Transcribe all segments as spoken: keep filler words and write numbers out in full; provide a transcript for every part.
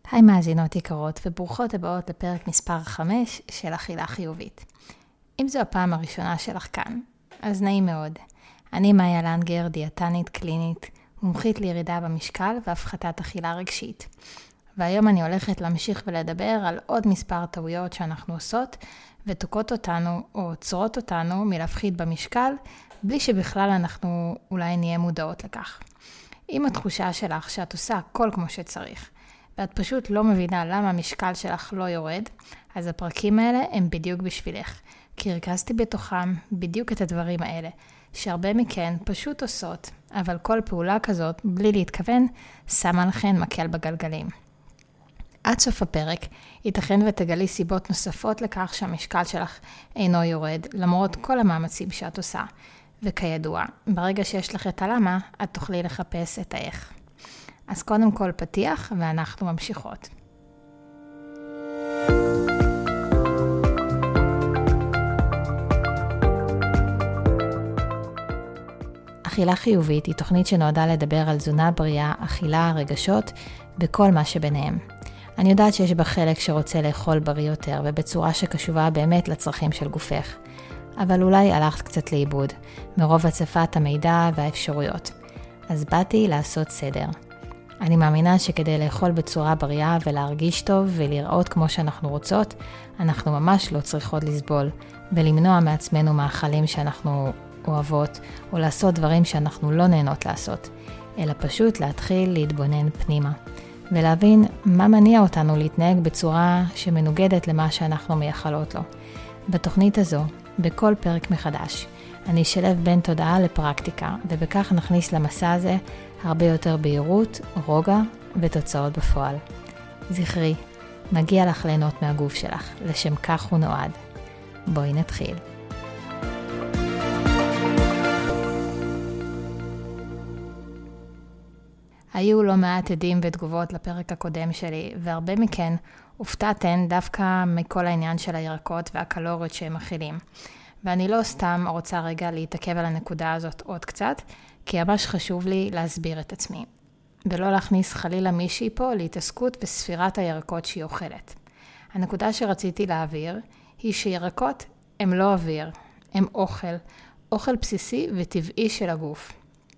היי מאזינות יקרות וברוכות הבאות לפרק מספר חמש של אכילה חיובית. אם זו הפעם הראשונה שלך כאן, אז נעים מאוד. אני מאיה לנגר, דיאטנית קלינית, מומחית לירידה במשקל והפחתת אכילה רגשית. והיום אני הולכת להמשיך ולדבר על עוד מספר טעויות שאנחנו עושות ותוקעות אותנו או עוצרות אותנו מלהפחית במשקל, בלי שבכלל אנחנו אולי נהיה מודעות לכך. אם התחושה שלך שאת עושה הכל כמו שצריך, ואת פשוט לא מבינה למה המשקל שלך לא יורד, אז הפרקים האלה הם בדיוק בשבילך. כי הרכזתי בתוכם בדיוק את הדברים האלה, שהרבה מכן פשוט עושות, אבל כל פעולה כזאת, בלי להתכוון, שמה לכן מקל בגלגלים. עד סוף הפרק, ייתכן ותגלי סיבות נוספות לכך שהמשקל שלך אינו יורד, למרות כל המאמצים שאת עושה. וכידוע, ברגע שיש לך את הלמה, את תוכלי לחפש את האיך. אז קודם כל פתיח, ואנחנו ממשיכות. אכילה חיובית היא תוכנית שנועדה לדבר על תזונה בריאה, אכילה, רגשות וכל מה שביניהם. אני יודעת שיש בה חלק שרוצה לאכול בריא יותר ובצורה שקשובה באמת לצרכים של גופך. אבל אולי הלכת קצת לאיבוד, מרוב הצפת המידע והאפשרויות. אז באתי לעשות סדר. אני מאמינה שכדי לאכול בצורה בריאה ולהרגיש טוב ולראות כמו שאנחנו רוצות, אנחנו ממש לא צריכות לסבול ולמנוע מעצמנו מאכלים שאנחנו אוהבות או לעשות דברים שאנחנו לא נהנות לעשות, אלא פשוט להתחיל להתבונן פנימה ולהבין מה מניע אותנו להתנהג בצורה שמנוגדת למה שאנחנו מייחלות לו. בתוכנית הזו, בכל פרק מחדש, אני אשלב בין תודעה לפרקטיקה, ובכך נכניס למסע הזה הרבה יותר בהירות, רוגע ותוצאות בפועל. זכרי, מגיע לך ליהנות מהגוף שלך, לשם כך הוא נועד. בואי נתחיל. היו לא מעט עדים ותגובות לפרק הקודם שלי, והרבה מכן הופתעתן דווקא מכל העניין של הירקות והקלוריות שהם מכילים. ואני לא סתם רוצה רגע להתעכב על הנקודה הזאת עוד קצת, כי ממש חשוב לי להסביר את עצמי. ולא להכניס חלילה מישהי פה להתעסקות בספירת הירקות שהיא אוכלת. הנקודה שרציתי להעביר היא שירקות הם לא אוויר, הם אוכל, אוכל בסיסי וטבעי של הגוף.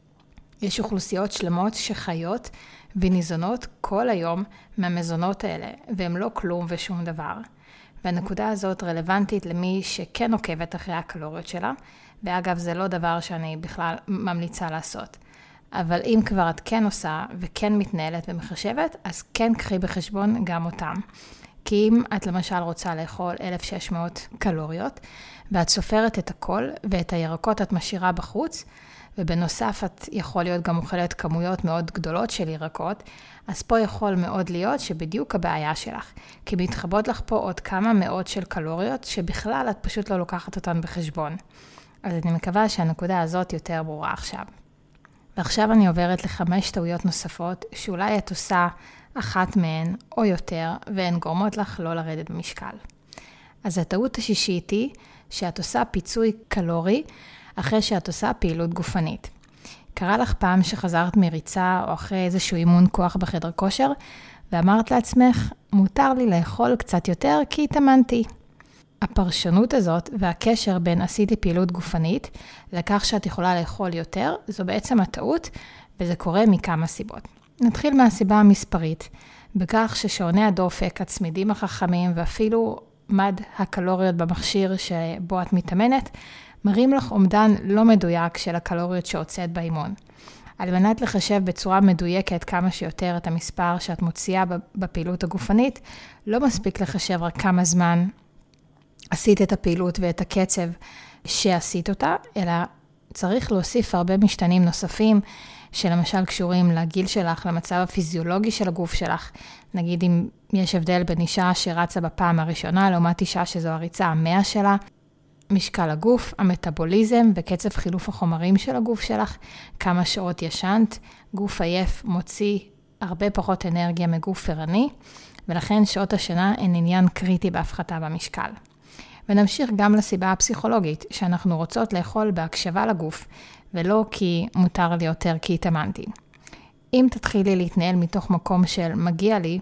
יש אוכלוסיות שלמות שחיות וניזונות כל היום מהמזונות האלה, והם לא כלום ושום דבר. והנקודה הזאת רלוונטית למי שכן עוקבת אחרי הקלוריות שלה, ואגב זה לא דבר שאני בכלל ממליצה לעשות. אבל אם כבר את כן עושה וכן מתנהלת ומחשבת, אז כן קחי בחשבון גם אותם. כי אם את למשל רוצה לאכול אלף ושש מאות קלוריות, ואת סופרת את הכל ואת הירקות את משאירה בחוץ, ובנוסף את יכול להיות גם אוכלת כמויות מאוד גדולות של ירקות, אז פה יכול מאוד להיות שבדיוק הבעיה שלך, כי מתחבות לך פה עוד כמה מאות של קלוריות, שבכלל את פשוט לא לוקחת אותן בחשבון. אז אני מקווה שהנקודה הזאת יותר ברורה עכשיו. ועכשיו אני עוברת לחמש טעויות נוספות, שאולי את עושה אחת מהן או יותר, והן גורמות לך לא לרדת במשקל. אז הטעות השישית היא שאת עושה פיצוי קלורי, אחרי שאת עושה פעילות גופנית. קרה לך פעם שחזרת מריצה או אחרי איזשהו אימון כוח בחדר כושר, ואמרת לעצמך, מותר לי לאכול קצת יותר כי התאמנתי. הפרשנות הזאת והקשר בין עשיתי פעילות גופנית לכך שאת יכולה לאכול יותר, זו בעצם הטעות, וזה קורה מכמה סיבות. נתחיל מהסיבה המספרית, בכך ששעוני הדופק, הצמידים החכמים ואפילו מד הקלוריות במכשיר שבו את מתאמנת, מראים לך אומדן לא מדויק של הקלוריות שהוצאת באימון. על מנת לחשב בצורה מדויקת כמה שיותר את המספר שאת מוציאה בפעילות הגופנית, לא מספיק לחשב רק כמה זמן עשית את הפעילות ואת הקצב שעשית אותה, אלא צריך להוסיף הרבה משתנים נוספים, שלמשל קשורים לגיל שלך, למצב הפיזיולוגי של הגוף שלך. נגיד אם יש הבדל בין אישה שרצה בפעם הראשונה, לעומת אישה שזו הריצה המאה שלה, משקל הגוף, המטאבוליזם וקצב חילוף החומרים של הגוף שלך, כמה שעות ישנת, גוף עייף מוציא הרבה פחות אנרגיה מגוף ערני, ולכן שעות השינה הן עניין קריטי בהפחתה במשקל. ונמשיך גם לסיבה הפסיכולוגית, שאנחנו רוצות לאכול בהקשבה לגוף, ולא כי מותר לי יותר כי התאמנתי. אם תתחילי להתנהל מתוך מקום של מגיע לי,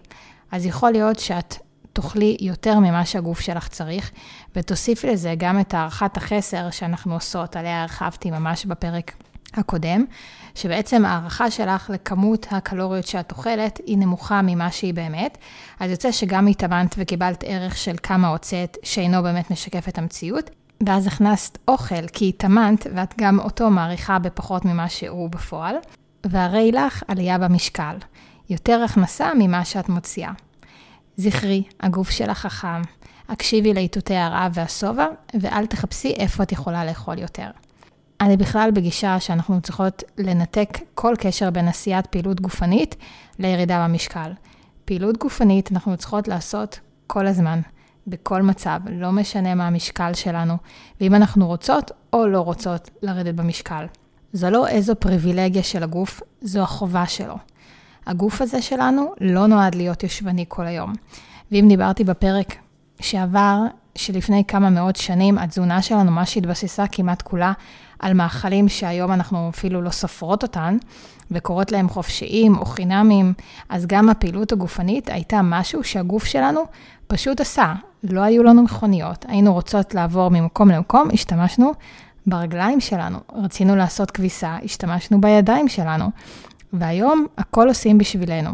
אז יכול להיות שאת תאכלי יותר ממה שהגוף שלך צריך, ותוסיף לזה גם את הערכת החסר שאנחנו עושות, עליה הרחבתי ממש בפרק הקודם, שבעצם הערכה שלך לכמות הקלוריות שאת אוכלת היא נמוכה ממה שהיא באמת, אז יוצא שגם התאמנת וקיבלת ערך של כמה הוצאת שאינו באמת משקף את המציאות, ואז הכנסת אוכל כי התאמנת ואת גם אותו מעריכה בפחות ממה שהוא בפועל, והרי לך עלייה במשקל, יותר הכנסה ממה שאת מוציאה. זכרי, הגוף שלך חכם, הקשיבי לאיתותי הרעב והסובה, ואל תחפשי איפה את יכולה לאכול יותר. אני בכלל בגישה שאנחנו צריכות לנתק כל קשר בין עשיית פעילות גופנית לירידה במשקל. פעילות גופנית אנחנו צריכות לעשות כל הזמן, בכל מצב, לא משנה מה המשקל שלנו, ואם אנחנו רוצות או לא רוצות לרדת במשקל. זו לא איזו פריבילגיה של הגוף, זו החובה שלו. הגוף הזה שלנו לא נועד להיות יושבני כל היום. ואם דיברתי בפרק שעבר, שלפני כמה מאות שנים, התזונה שלנו ממש התבססה כמעט כולה על מאכלים שהיום אנחנו אפילו לא סופרות אותן, וקוראות להם חופשיים או חינמים, אז גם הפעילות הגופנית הייתה משהו שהגוף שלנו פשוט עשה. לא היו לנו מכוניות, היינו רוצות לעבור ממקום למקום, השתמשנו ברגליים שלנו, רצינו לעשות כביסה, השתמשנו בידיים שלנו, והיום הכל עושים בשבילנו.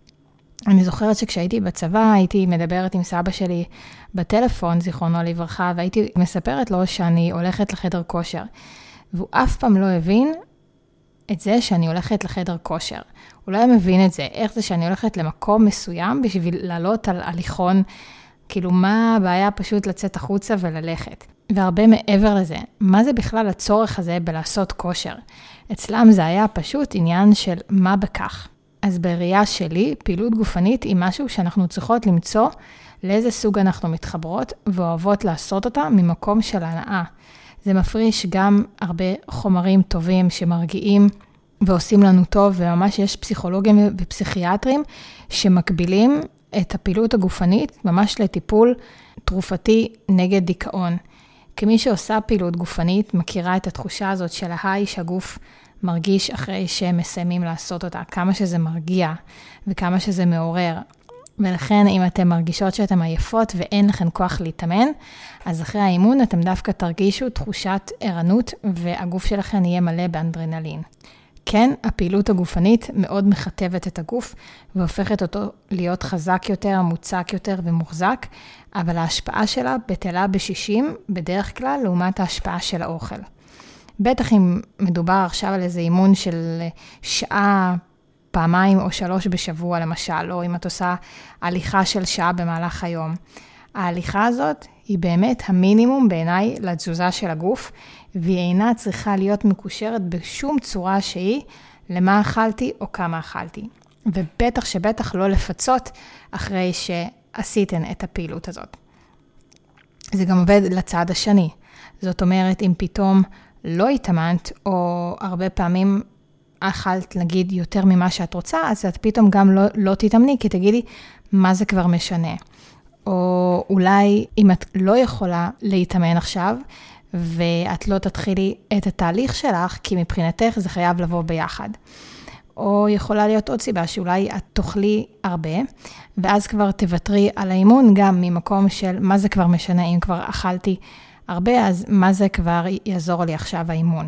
אני זוכרת שכשהייתי בצבא, הייתי מדברת עם סבא שלי בטלפון, זיכרונו לברכה, והייתי מספרת לו שאני הולכת לחדר כושר. והוא אף פעם לא הבין את זה שאני הולכת לחדר כושר. הוא לא היה מבין את זה, איך זה שאני הולכת למקום מסוים בשביל לעלות על הליכון, כאילו מה הבעיה פשוט לצאת החוצה וללכת. והרבה מעבר לזה, מה זה בכלל הצורך הזה בלעשות כושר? אצלם זה היה פשוט עניין של מה בכך. אז בראייה שלי, פעילות גופנית היא משהו שאנחנו צריכות למצוא לאיזה סוג אנחנו מתחברות ואוהבות לעשות אותה ממקום של הנאה. זה מפריש גם הרבה חומרים טובים שמרגיעים ועושים לנו טוב, וממש יש פסיכולוגים ופסיכיאטרים שמקבילים את הפעילות הגופנית ממש לטיפול תרופתי נגד דיכאון. כמי שעושה פעילות גופנית, מכירה את התחושה הזאת של ההיי שהגוף מרגיש אחרי שהם מסיימים לעשות אותה, כמה שזה מרגיע וכמה שזה מעורר. ולכן אם אתם מרגישות שאתם עייפות ואין לכם כוח להתאמן, אז אחרי האימון אתם דווקא תרגישו תחושת ערנות והגוף שלכם יהיה מלא באנדרנלין. כן, הפעילות הגופנית מאוד מכתבת את הגוף והופכת אותו להיות חזק יותר, מוצק יותר ומוחזק, אבל ההשפעה שלה בטלה בשישים בדרך כלל לעומת ההשפעה של האוכל. בטח אם מדובר עכשיו על איזה אימון של שעה, פעמיים או שלוש בשבוע למשל, או אם את עושה הליכה של שעה במהלך היום. ההליכה הזאת היא באמת המינימום בעיניי לתזוזה של הגוף, והיא אינה צריכה להיות מקושרת בשום צורה שהיא למה אכלתי או כמה אכלתי. ובטח שבטח לא לפצות אחרי שעשיתן את הפעילות הזאת. זה גם עובד לצד השני. זאת אומרת, אם פתאום לא התאמנת, או הרבה פעמים אכלת, נגיד, יותר ממה שאת רוצה, אז את פתאום גם לא, לא תתאמני, כי תגידי, מה זה כבר משנה? או אולי אם את לא יכולה להתאמן עכשיו, ואת לא תתחילי את התהליך שלך, כי מבחינתך זה חייב לבוא ביחד. או יכולה להיות עוד סיבה, שאולי את תאכלי הרבה, ואז כבר תוותרי על האימון, גם ממקום של מה זה כבר משנה, אם כבר אכלתי הרבה, אז מה זה כבר יעזור לי עכשיו האימון.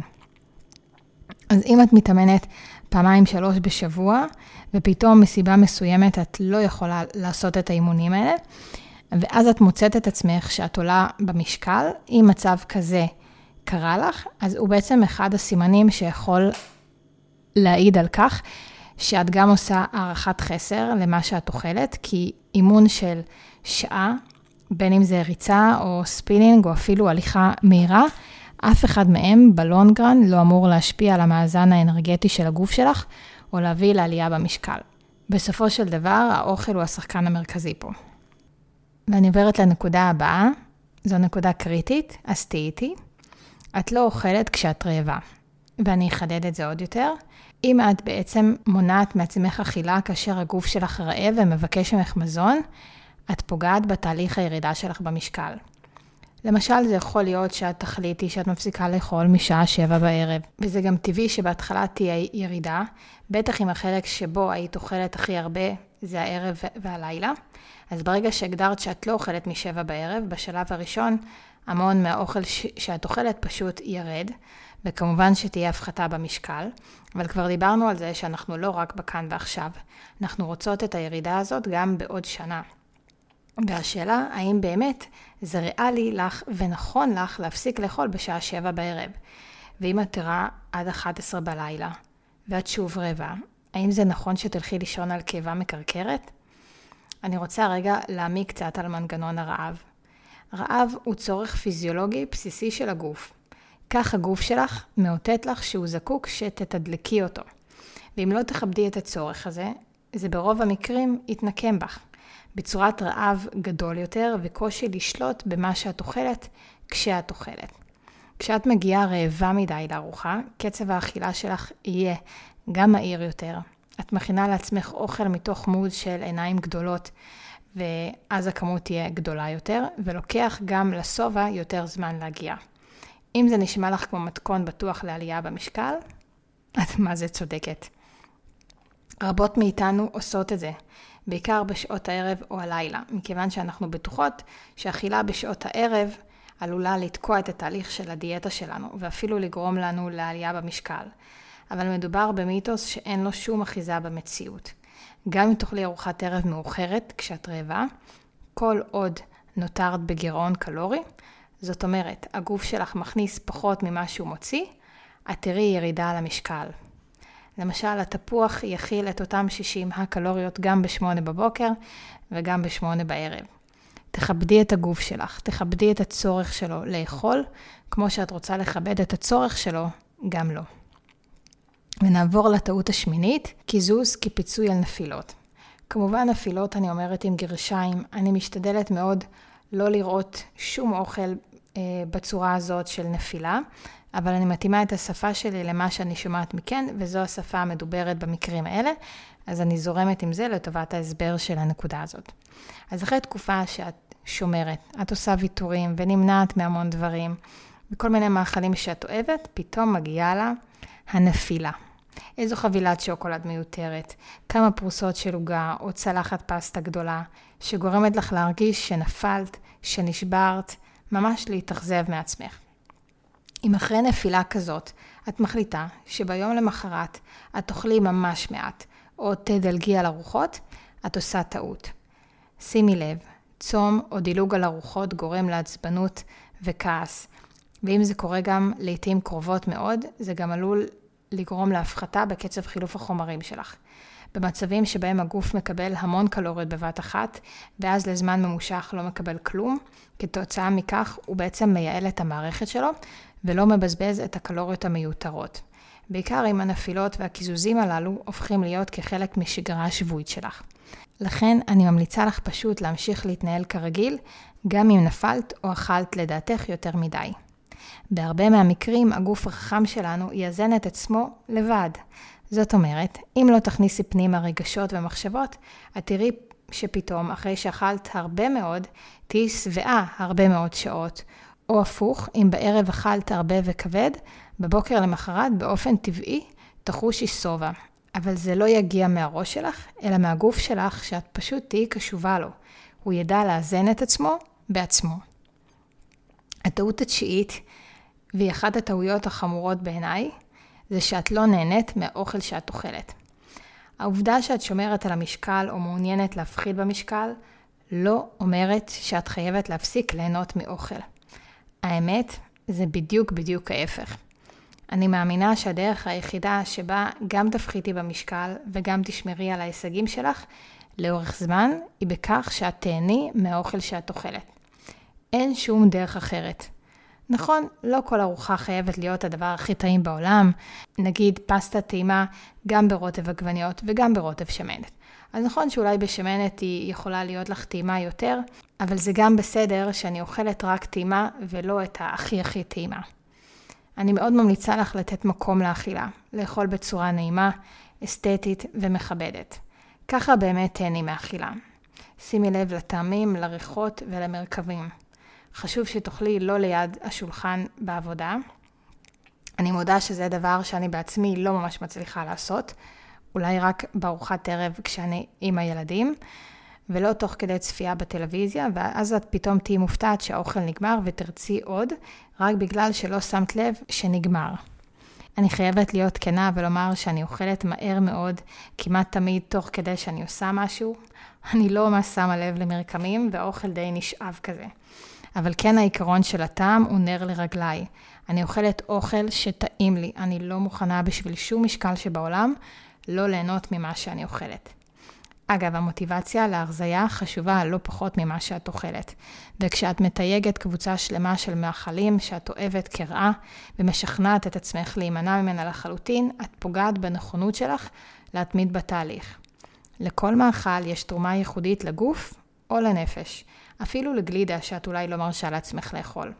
אז אם את מתאמנת פעמיים שלוש בשבוע, ופתאום מסיבה מסוימת את לא יכולה לעשות את האימונים האלה, ואז את מוצאת את עצמך שאת עולה במשקל, אם מצב כזה קרה לך, אז הוא בעצם אחד הסימנים שיכול להעיד על כך, שאת גם עושה הערכת חסר למה שאת אוכלת, כי אימון של שעה, בין אם זה ריצה או ספינינג או אפילו הליכה מהירה, אף אחד מהם בלונגרן לא אמור להשפיע על המאזן האנרגטי של הגוף שלך, או להביא לעלייה במשקל. בסופו של דבר, האוכל הוא השחקן המרכזי פה. ואני עוברת לנקודה הבאה, זו נקודה קריטית, אז תהיי איתי. את לא אוכלת כשאת רעבה, ואני אחדד את זה עוד יותר. אם את בעצם מונעת מעצמך אכילה כאשר הגוף שלך רעב ומבקש ממך מזון, את פוגעת בתהליך הירידה שלך במשקל. למשל, זה יכול להיות שאת תחליטי שאת מפסיקה לאכול משעה שבע בערב, וזה גם טבעי שבהתחלה תהיה ירידה, בטח עם החלק שבו היית אוכלת הכי הרבה, זה הערב והלילה. אז ברגע שהגדרת שאת לא אוכלת משבע בערב, בשלב הראשון, המון מהאוכל ש- שאת אוכלת פשוט ירד, וכמובן שתהיה הפחתה במשקל, אבל כבר דיברנו על זה שאנחנו לא רק בכאן ועכשיו, אנחנו רוצות את הירידה הזאת גם בעוד שנה. והשאלה, האם באמת זה ריאלי לך ונכון לך להפסיק לאכול בשעה שבע בערב? ואם את תראה עד אחת עשרה בלילה, ואת שוב רבע, האם זה נכון שתלכי לישון על קיבה מקרקרת? אני רוצה רגע להעמיק קצת על מנגנון הרעב. רעב הוא צורך פיזיולוגי בסיסי של הגוף. כך הגוף שלך מאותת לך שהוא זקוק שתתדלקי אותו. ואם לא תכבדי את הצורך הזה, זה ברוב המקרים יתנקם בך. בצורת רעב גדול יותר וקושי לשלוט במה שאת אוכלת כשאת אוכלת. כשאת מגיעה רעבה מדי לארוחה, קצב האכילה שלך יהיה גם מהיר יותר. את מכינה לעצמך אוכל מתוך מוד של עיניים גדולות, ואז הכמות תהיה גדולה יותר, ולוקח גם לסובה יותר זמן להגיע. אם זה נשמע לך כמו מתכון בטוח לעלייה במשקל, את מה זה צודקת. רבות מאיתנו עושות את זה, בעיקר בשעות הערב או הלילה, מכיוון שאנחנו בטוחות שאכילה בשעות הערב עלולה לתקוע את התהליך של הדיאטה שלנו, ואפילו לגרום לנו לעלייה במשקל. אבל מדובר במיתוס שאין לו שום אחיזה במציאות. גם אם תאכלי ארוחת ערב מאוחרת כשאת רעבה, כל עוד נותרת בגירעון קלורי, זאת אומרת, הגוף שלך מכניס פחות ממה שהוא מוציא, את תראי ירידה על המשקל. למשל, התפוח יכיל את אותם שישים הקלוריות גם בשמונה בבוקר וגם בשמונה בערב. תכבדי את הגוף שלך, תכבדי את הצורך שלו לאכול, כמו שאת רוצה לכבד את הצורך שלו, גם לא. ונעבור לטעות השמינית, קיזוז כפיצוי על נפילות. כמובן נפילות אני אומרת עם גרשיים, אני משתדלת מאוד לא לראות שום אוכל אה, בצורה הזאת של נפילה, אבל אני מתאימה את השפה שלי למה שאני שומעת מכן, וזו השפה המדוברת במקרים האלה, אז אני זורמת עם זה לטובת ההסבר של הנקודה הזאת. אז אחרי תקופה שאת שומרת, את עושה ויתורים ונמנעת מהמון דברים, וכל מיני מאכלים שאת אוהבת, פתאום מגיעה לה הנפילה. איזו חבילת שוקולד מיותרת, כמה פרוסות של עוגה או צלחת פסטה גדולה, שגורמת לך להרגיש שנפלת, שנשברת, ממש להתאכזב מעצמך. אם אחרי נפילה כזאת, את מחליטה שביום למחרת את תאכלי ממש מעט, או תדלגי על ארוחות, את עושה טעות. שימי לב, צום או דילוג על ארוחות גורם לעצבנות וכעס, ואם זה קורה גם לעתים קרובות מאוד, זה גם עלול לגרום להפחתה בקצב חילוף החומרים שלך. במצבים שבהם הגוף מקבל המון קלוריות בבת אחת, ואז לזמן ממושך לא מקבל כלום, כתוצאה מכך הוא בעצם מייעל את המערכת שלו, ולא מבזבז את הקלוריות המיותרות. בעיקר אם הנפילות והקיזוזים הללו הופכים להיות כחלק משגרה שבועית שלך. לכן אני ממליצה לך פשוט להמשיך להתנהל כרגיל, גם אם נפלת או אכלת לדעתך יותר מדי. בהרבה מהמקרים הגוף החכם שלנו יאזן את עצמו לבד. זאת אומרת, אם לא תכניסי פנימה רגשות ומחשבות, את תראי שפתאום אחרי שאכלת הרבה מאוד, תהי שבעה הרבה מאוד שעות. או הפוך, אם בערב אכלת הרבה וכבד, בבוקר למחרת באופן טבעי תחושי סובה. אבל זה לא יגיע מהראש שלך, אלא מהגוף שלך שאת פשוט תהי קשובה לו. הוא ידע לאזן את עצמו בעצמו. הטעות התשיעית, והיא אחת הטעויות החמורות בעיניי, זה שאת לא נהנית מהאוכל שאת אוכלת. העובדה שאת שומרת על המשקל או מעוניינת להפחית במשקל, לא אומרת שאת חייבת להפסיק ליהנות מאוכל. האמת, זה בדיוק בדיוק ההפך. אני מאמינה שהדרך היחידה שבה גם תפחיתי במשקל וגם תשמרי על ההישגים שלך, לאורך זמן, היא בכך שאת תהני מהאוכל שאת אוכלת. אין שום דרך אחרת. נכון, לא כל ארוחה חייבת להיות הדבר הכי טעים בעולם, נגיד פסטה טעימה גם ברוטב עגבניות וגם ברוטב שמנת. אז נכון שאולי בשמנת היא יכולה להיות לך טעימה יותר, אבל זה גם בסדר שאני אוכלת רק טעימה ולא את הכי הכי טעימה. אני מאוד ממליצה לך לתת מקום לאכילה, לאכול בצורה נעימה, אסתטית ומכבדת. ככה באמת תהני מאכילה. שימי לב לטעמים, לריחות ולמרכבים. חשוב שתאכלי לא ליד השולחן בעבודה. אני מודה שזה דבר שאני בעצמי לא ממש מצליחה לעשות. אולי רק בארוחת ערב כשאני עם הילדים, ולא תוך כדי צפייה בטלוויזיה, ואז את פתאום תהי מופתעת שהאוכל נגמר ותרצי עוד, רק בגלל שלא שמת לב שנגמר. אני חייבת להיות כנה ולומר שאני אוכלת מהר מאוד, כמעט תמיד תוך כדי שאני עושה משהו. אני לא ממש שמה לב למרקמים, והאוכל די נשאב כזה. אבל כן העיקרון של הטעם הוא נר לרגליי. אני אוכלת אוכל שטעים לי, אני לא מוכנה בשביל שום משקל שבעולם, לא ליהנות ממה שאני אוכלת. אגב, המוטיבציה להרזיה חשובה לא פחות ממה שאת אוכלת. וכשאת מתייגת קבוצה שלמה של מאכלים שאת אוהבת כרעה, ומשכנעת את עצמך להימנע ממנה לחלוטין, את פוגעת בנכונות שלך להתמיד בתהליך. לכל מאכל יש תרומה ייחודית לגוף או לנפש, אפילו לגלידה שאת אולי לא מרשה לעצמך לאכול.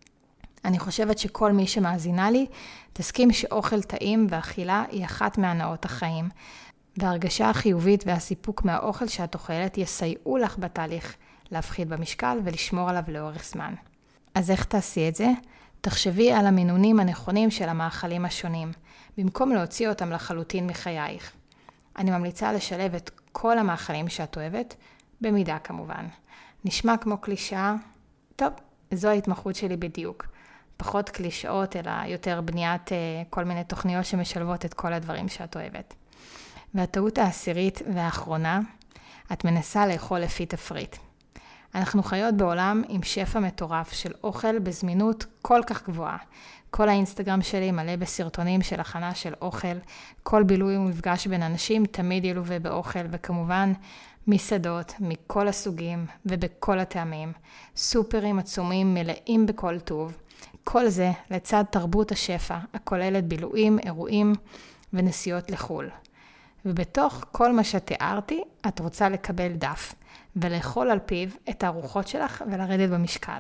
אני חושבת שכל מי שמאזינה לי תסכים שאוכל טעים ואכילה היא אחת מהנאות החיים, וההרגשה החיובית והסיפוק מהאוכל שאת אוכלת יסייעו לך בתהליך להפחית במשקל ולשמור עליו לאורך זמן. אז איך תעשי את זה? תחשבי על המינונים הנכונים של המאכלים השונים, במקום להוציא אותם לחלוטין מחייך. אני ממליצה לשלב את כל המאכלים שאת אוהבת, במידה כמובן. נשמע כמו קלישאה? טוב, זו ההתמחות שלי בדיוק. פחות קלישאות, אלא יותר בניית כל מיני תוכניות שמשלבות את כל הדברים שאת אוהבת. והטעות העשירית והאחרונה, את מנסה לאכול לפי תפריט. אנחנו חיות בעולם עם שפע מטורף של אוכל בזמינות כל כך גבוהה. כל האינסטגרם שלי מלא בסרטונים של הכנה של אוכל, כל בילוי ומפגש בין אנשים תמיד ילווה באוכל, וכמובן מסעדות מכל הסוגים ובכל הטעמים, סופרים עצומים מלאים בכל טוב. כל זה לצד תרבות השפע, הכוללת בילויים, אירועים ונסיעות לחול. ובתוך כל מה שתיארתי, את רוצה לקבל דף, ולאכול על פיו את הארוחות שלך ולרדת במשקל.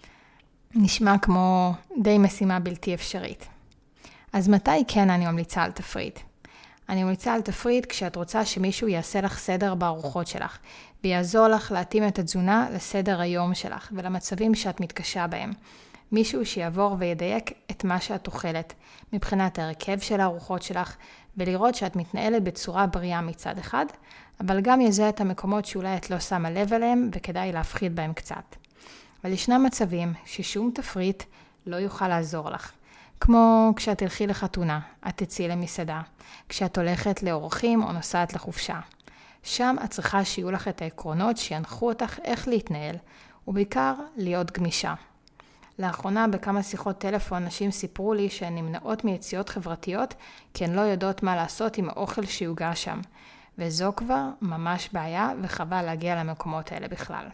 נשמע כמו די משימה בלתי אפשרית. אז מתי כן אני ממליצה על תפריט? אני ממליצה על תפריט כשאת רוצה שמישהו יעשה לך סדר בארוחות שלך, ויעזור לך להתאים את התזונה לסדר היום שלך ולמצבים שאת מתקשה בהם. מישהו שיעבור וידייק את מה שאת אוכלת, מבחינת הרכב של הארוחות שלך, ולראות שאת מתנהלת בצורה בריאה מצד אחד, אבל גם יזהה את המקומות שאולי את לא שמה לב אליהם, וכדאי להפחית בהם קצת. אבל ישנם מצבים ששום תפריט לא יוכל לעזור לך. כמו כשאת תלכי לחתונה, את תצאי למסעדה, כשאת הולכת לאורחים או נוסעת לחופשה. שם את צריכה שיהיו לך את העקרונות שינחו אותך איך להתנהל, ובעיקר להיות גמישה. לאחרונה בכמה שיחות טלפון נשים סיפרו לי שהן נמנעות מיציאות חברתיות כי הן לא יודעות מה לעשות עם האוכל שיוגש שם. וזו כבר ממש בעיה וחבל להגיע למקומות האלה בכלל.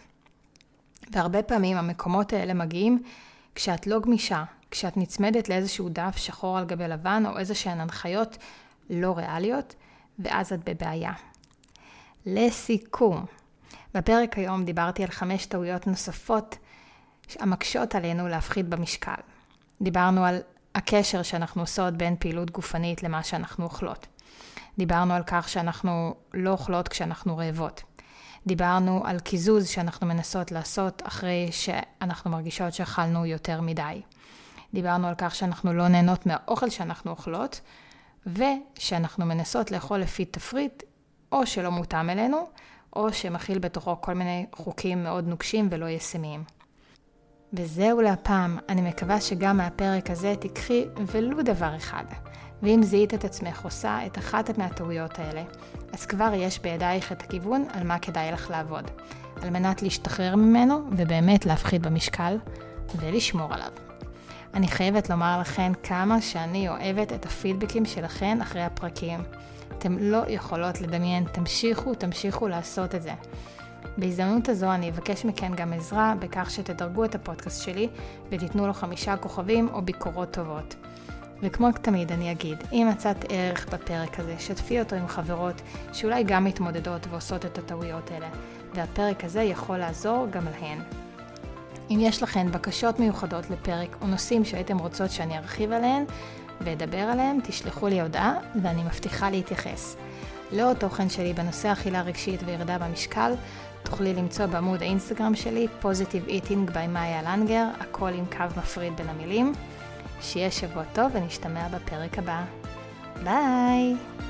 והרבה פעמים המקומות האלה מגיעים כשאת לא גמישה, כשאת נצמדת לאיזשהו דף שחור על גבי לבן או איזשהן הנחיות לא ריאליות, ואז את בבעיה. לסיכום, בפרק היום דיברתי על חמש טעויות נוספות המקשות עלינו להפחית במשקל. דיברנו על הקשר שאנחנו עושות בין פעילות גופנית למה שאנחנו אוכלות. דיברנו על כך שאנחנו לא אוכלות כשאנחנו רעבות. דיברנו על קיזוז שאנחנו מנסות לעשות אחרי שאנחנו מרגישות שאכלנו יותר מדי. דיברנו על כך שאנחנו לא נהנות מהאוכל שאנחנו אוכלות, ושאנחנו מנסות לאכול לפי תפריט, או שלא מותאם אלינו, או שמכיל בתוכו כל מיני חוקים מאוד נוקשים ולא ישימים. וזהו להפעם, אני מקווה שגם מהפרק הזה תקחי ולו דבר אחד. ואם זיהית את עצמך עושה את אחת מהטעויות האלה, אז כבר יש בידייך את הכיוון על מה כדאי לך לעבוד, על מנת להשתחרר ממנו ובאמת להפחית במשקל ולשמור עליו. אני חייבת לומר לכן כמה שאני אוהבת את הפידבקים שלכן אחרי הפרקים. אתם לא יכולות לדמיין, תמשיכו, תמשיכו לעשות את זה. בהזדמנות הזו אני אבקש מכן גם עזרה בכך שתדרגו את הפודקאסט שלי ותיתנו לו חמישה כוכבים או ביקורות טובות. וכמו תמיד אני אגיד, אם מצאת ערך בפרק הזה, שתפי אותו עם חברות שאולי גם מתמודדות ועושות את הטעויות האלה, והפרק הזה יכול לעזור גם להן. אם יש לכן בקשות מיוחדות לפרק או נושאים שהייתם רוצות שאני ארחיב עליהן ואדבר עליהם, תשלחו לי הודעה ואני מבטיחה להתייחס. לעוד תוכן שלי בנושא אכילה רגשית וירידה במשקל, תוכלי למצוא בעמוד האינסטגרם שלי, Positive Eating by מאיה לנגר, הכל עם קו מפריד בין המילים. שיהיה שבוע טוב ונשתמע בפרק הבא. ביי!